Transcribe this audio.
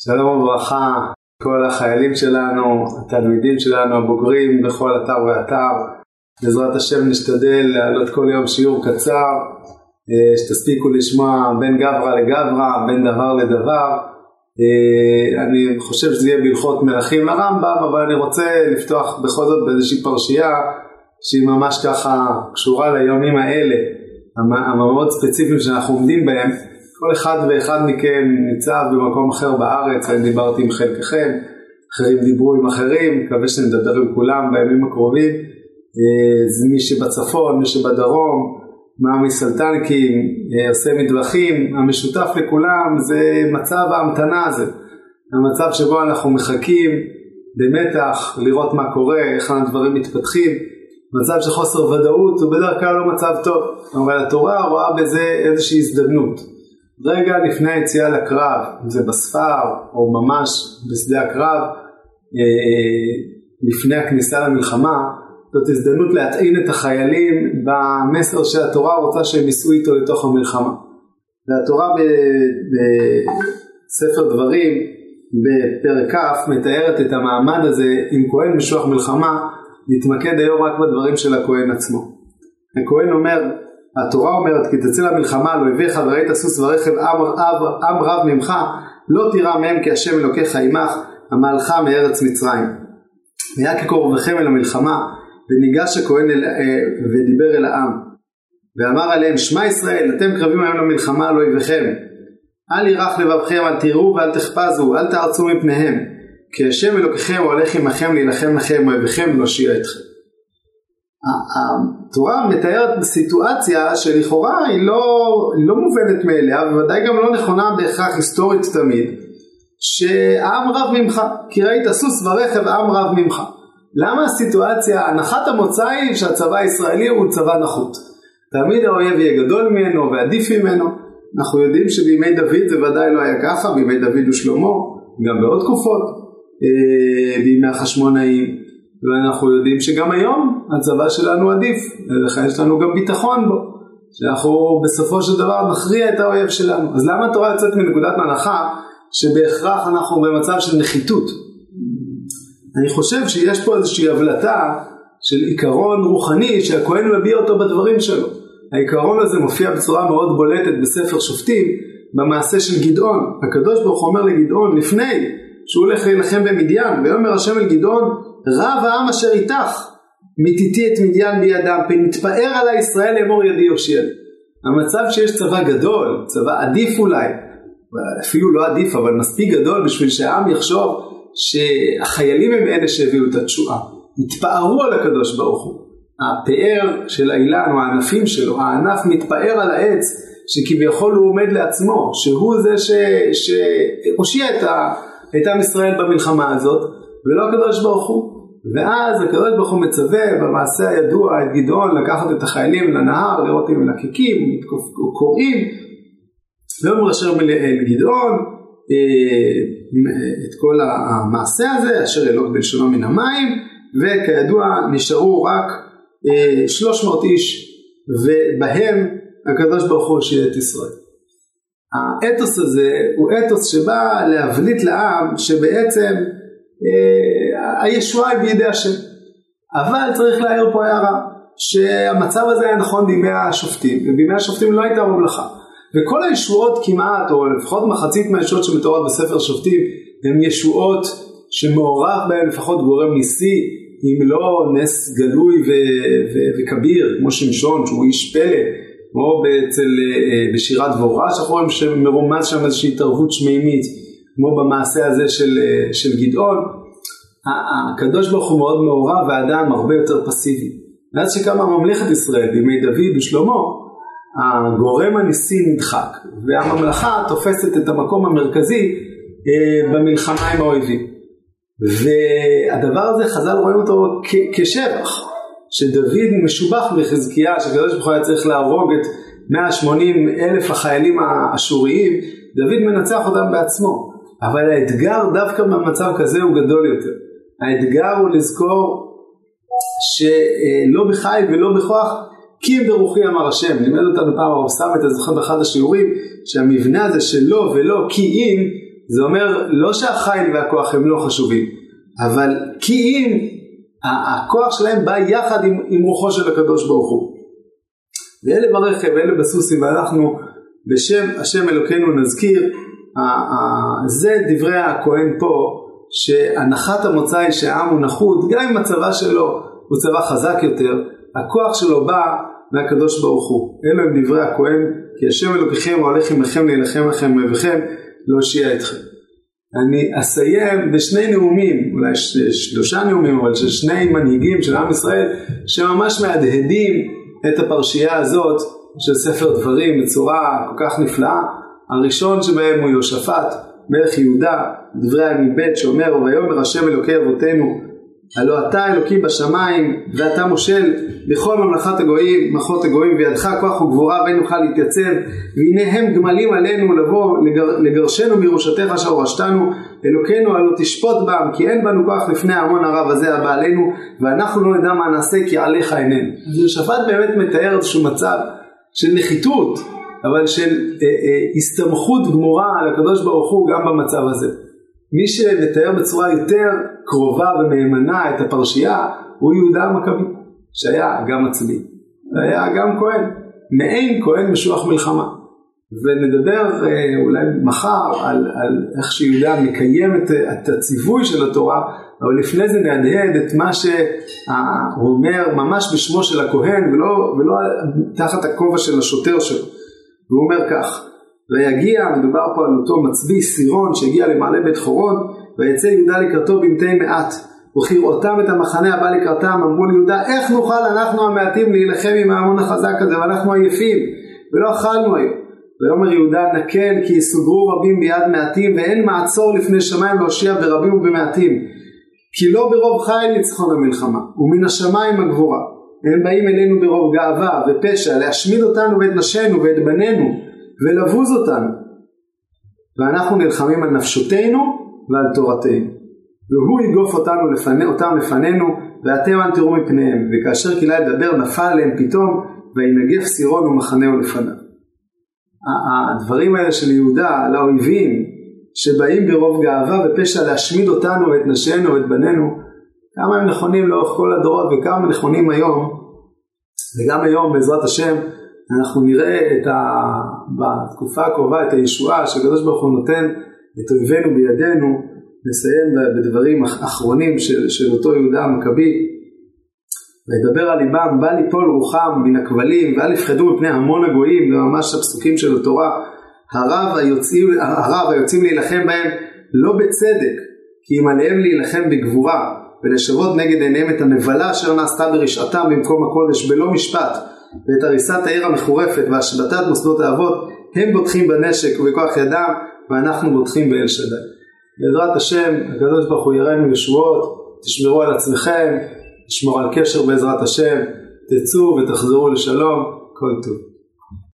שלום וברכה, כל החיילים שלנו, התלמידים שלנו, הבוגרים בכל אתר ואתר. בעזרת השם נשתדל להעלות כל יום שיעור קצר, שתספיקו לשמוע בין גברא לגברא, בין דבר לדבר. אני חושב שזה יהיה בהלכות מלכים לרמב"ם, אבל אני רוצה לפתוח בכל זאת באיזושהי פרשייה שהיא ממש ככה קשורה ליומים האלה, המאוד ספציפיים שאנחנו עומדים בהם. כל אחד ואחד מכם ניצב במקום אחר בארץ, אני דיברתי עם חלקכם, אחרים דיברו עם אחרים, מקווה שנדבר עם כולם בימים הקרובים. זה מי שבצפון, מי שבדרום, מאמי סלטנקים, עושה מטווחים, המשותף לכולם זה מצב ההמתנה הזה, המצב שבו אנחנו מחכים במתח לראות מה קורה, איך הדברים מתפתחים. מצב של חוסר ודאות הוא בדרך כלל לא מצב טוב, אבל התורה רואה בזה איזושהי הזדמנות. רגע לפני היציאה לקרב, אם זה בספר או ממש בשדה הקרב, לפני הכניסה למלחמה, זאת הזדמנות להטעין את החיילים במסר שהתורה רוצה שהם ייסעו איתו לתוך המלחמה. והתורה בספר דברים בפרק כ' מתארת את המעמד הזה עם כהן משוח מלחמה. נתמקד היום רק בדברים של הכהן עצמו. הכהן אומר, התורה אומרת, כי תצא למלחמה לא הביך וראית סוס ורכב עם רב ממך, לא תירא מהם כי השם אלוקיך עמך, המהלך מארץ מצרים. היה כקרבכם אל המלחמה, וניגש הכהן ודיבר אל העם, ואמר עליהם, שמע ישראל, אתם קרבים היום למלחמה לא הביכם, אל ירח לבבכם, אל תראו ואל תחפזו, אל תערצו מפניהם, כי השם אלוקיכם הולך עמכם להילחם לכם, אויביכם להושיע אתכם. התורה מתארת סיטואציה שלכאורה היא לא מובנת מאליה, ובוודאי גם לא נכונה בהכרח היסטורית תמיד, שהעם רב ממך, כי ראית סוס ורכב עם רב ממך. למה הסיטואציה, הנחת המוצא היא שהצבא הישראלי הוא צבא נחות, תמיד האויב יהיה גדול ממנו ועדיף ממנו. אנחנו יודעים שבימי דוד זה ודאי לא היה ככה, בימי דוד ושלמה, גם בעוד תקופות, בימי החשמונאים, ואנחנו יודעים שגם היום הצבא שלנו עדיף, ולכן יש לנו גם ביטחון בו, שאנחנו בסופו של דבר נכריע את האויב שלנו. אז למה התורה יוצאת מנקודת הנחה שבהכרח אנחנו במצב של נחיתות? אני חושב שיש פה איזושהי הבלטה של עיקרון רוחני שהכהן מביע אותו בדברים שלו. העיקרון הזה מופיע בצורה מאוד בולטת בספר שופטים, במעשה של גדעון. הקדוש ברוך הוא אומר לגדעון לפני שהוא הולך להילחם במדיין, ויאמר השם אל גדעון, רב העם אשר איתך, מתיתי את מדיין בידם, פן יתפאר עלי ישראל לאמור ידי יושיע. המצב שיש צבא גדול, צבא עדיף אולי, אפילו לא עדיף אבל מספיק גדול בשביל שהעם יחשוב שהחיילים הם אלה שהביאו את התשועה, יתפארו על הקדוש ברוך הוא. הפאר של האילן או הענפים שלו, הענף מתפאר על העץ שכביכול הוא עומד לעצמו, שהוא זה שהושיע את עם ישראל במלחמה הזאת, ולא הקדוש ברוך הוא. ואז הקדוש ברוך הוא מצווה במעשה הידוע את גדעון לקחת את החיילים לנהר, לראות אם הם נקקים או קוראים, ואומר אשר אל גדעון את כל המעשה הזה, אשר אלוק בלשונו מן המים, וכידוע נשארו רק 300 איש, ובהם הקדוש ברוך הוא הושיע את ישראל. האתוס הזה הוא אתוס שבא להבליט לעם שבעצם הישועה היא בידי השם. אבל צריך להעיר פה הערה, שהמצב הזה היה נכון בימי השופטים, ובימי השופטים לא הייתה ממלכה. וכל הישועות כמעט, או לפחות מחצית מהישועות שמתוארות בספר שופטים, הן ישועות שמעורב בהן לפחות גורם ניסי, אם לא נס גלוי וכביר, כמו שמשון, שהוא איש פלא, כמו בשירת דבורה, שאנחנו רואים שמרומז שם איזושהי התערבות שמימית, כמו במעשה הזה של גדעון. הקדוש ברוך הוא מאוד מעורב, והאדם הרבה יותר פסיבי. ואז שקמה ממלכת ישראל בימי דוד ושלמה, הגורם הניסי נדחק, והממלכה תופסת את המקום המרכזי במלחמה עם האויבים. והדבר הזה חז"ל רואים אותו כשבח, שדוד משובח בחזקיה, שקדוש ברוך הוא היה צריך להרוג את 180,000 החיילים האשוריים, דוד מנצח אותם בעצמו. אבל האתגר דווקא במצב כזה הוא גדול יותר. האתגר הוא לזכור שלא בחי ולא בכוח, כי אם ברוחי אמר השם. לימד אותנו פעם הרב סמט, אני זוכר באחד השיעורים, שהמבנה הזה של לא ולא כי אם, זה אומר לא שהחיל והכוח הם לא חשובים, אבל כי אם הכוח שלהם בא יחד עם רוחו של הקדוש ברוך הוא. ואלה ברכב ואלה בסוסים, ואנחנו בשם השם אלוקינו נזכיר, זה דברי הכהן פה, שהנחת המוצא היא שהעם הוא נחות, גם אם הצבא שלו הוא צבא חזק יותר, הכוח שלו בא מהקדוש ברוך הוא. אלו הם דברי הכהן, כי השם אלוקיכם הולך עמכם להילחם לכם ואויביכם להושיע אתכם. אני אסיים בשני נאומים, אולי 3 נאומים, אבל של 2 מנהיגים של עם ישראל, שממש מהדהדים את הפרשייה הזאת של ספר דברים בצורה כל כך נפלאה. הראשון שבהם הוא יהושפט מלך יהודה, דברי הניבט, שאומר ויאמר השם אלוקי אבותינו, הלא אתה אלוקי בשמיים ואתה מושל בכל ממלכת הגויים, מלכות הגויים, וידך כוח וגבורה ואין נוכל להתייצב, והנה הם גמלים עלינו לבוא לגרשנו מירושתך אשר הורשתנו, אלוקינו הלא תשפוט בם, כי אין בנו כוח לפני ההמון הרב הזה הבא עלינו, ואנחנו לא נדע מה נעשה כי עליך איננו. אז יהושפט באמת מתאר איזשהו מצב של נחיתות, אבל של הסתמכות גמורה על הקדוש ברוך הוא גם במצב הזה. מי שמתאר בצורה יותר קרובה ומאמנה את הפרשייה הוא יהודה המכבי, שהיה גם מצביא והיה גם כהן, מעין כהן משוח מלחמה. ונדבר אולי מחר על איך שיהודה מקיים את הציווי של התורה, אבל לפני זה נהדהד את מה שהוא אומר ממש בשמו של הכהן ולא תחת הכובע של השוטר שלו. והוא אומר כך, ויגיע, מדובר פה על אותו מצביא סירון שהגיע למעלה בית חורון, ויצא יהודה לקראתו במתי מעט, וכראותם את המחנה הבא לקראתם, אמרו ליהודה, איך נוכל אנחנו המעטים להילחם עם ההמון החזק הזה, ואנחנו עייפים, ולא אכלנו היום. ויאמר יהודה, נקל כי יסוגרו רבים ביד מעטים, ואין מעצור לפני שמיים להושיע ברבים ובמעטים, כי לא ברוב חיל ניצחון המלחמה, ומן השמיים הגבורה. הם באים אלינו ברוב גאווה ופשע, להשמיד אותנו ואת נשינו ואת בנינו, ולבוז אותנו, ואנחנו נלחמים על נפשותינו ועל תורתנו, והוא יגוף אותם לפנינו, ואתם אל תראו מפניהם. וכאשר כילה לדבר נפל עליהם פתאום, וינגף סירון ומחנהו לפניו. הדברים האלה של יהודה לאויבים שבאים ברוב גאווה ופשע להשמיד אותנו ואת נשינו ואת בנינו, כמה הם נכונים לאורך כל הדורות וכמה הם נכונים היום. וגם היום בעזרת השם אנחנו נראה בתקופה הקרובה את הישועה שהקדוש ברוך הוא נותן את אויבינו בידינו. נסיים בדברים אחרונים של אותו יהודה המכבי. וידבר על ליבם, בא ליפול רוחם מן הכבלים, ואל יפחדו מפני המון הגויים, זה ממש הפסוקים של התורה. הרב היוצאים להילחם בהם לא בצדק, כי אם עליהם להילחם בגבורה, ולשוות נגד עיניהם את הנבלה אשר נעשתה ברשעתם במקום הקודש בלא משפט, ואת הריסת העיר המחורפת והשבתת מוסדות האבות, הם בוטחים בנשק ובכוח ידם, ואנחנו בוטחים באל שדי. בעזרת השם, הקדוש ברוך הוא יראינו ישועות, תשמרו על עצמכם, תשמרו על קשר בעזרת השם, תצאו ותחזרו לשלום, כל טוב.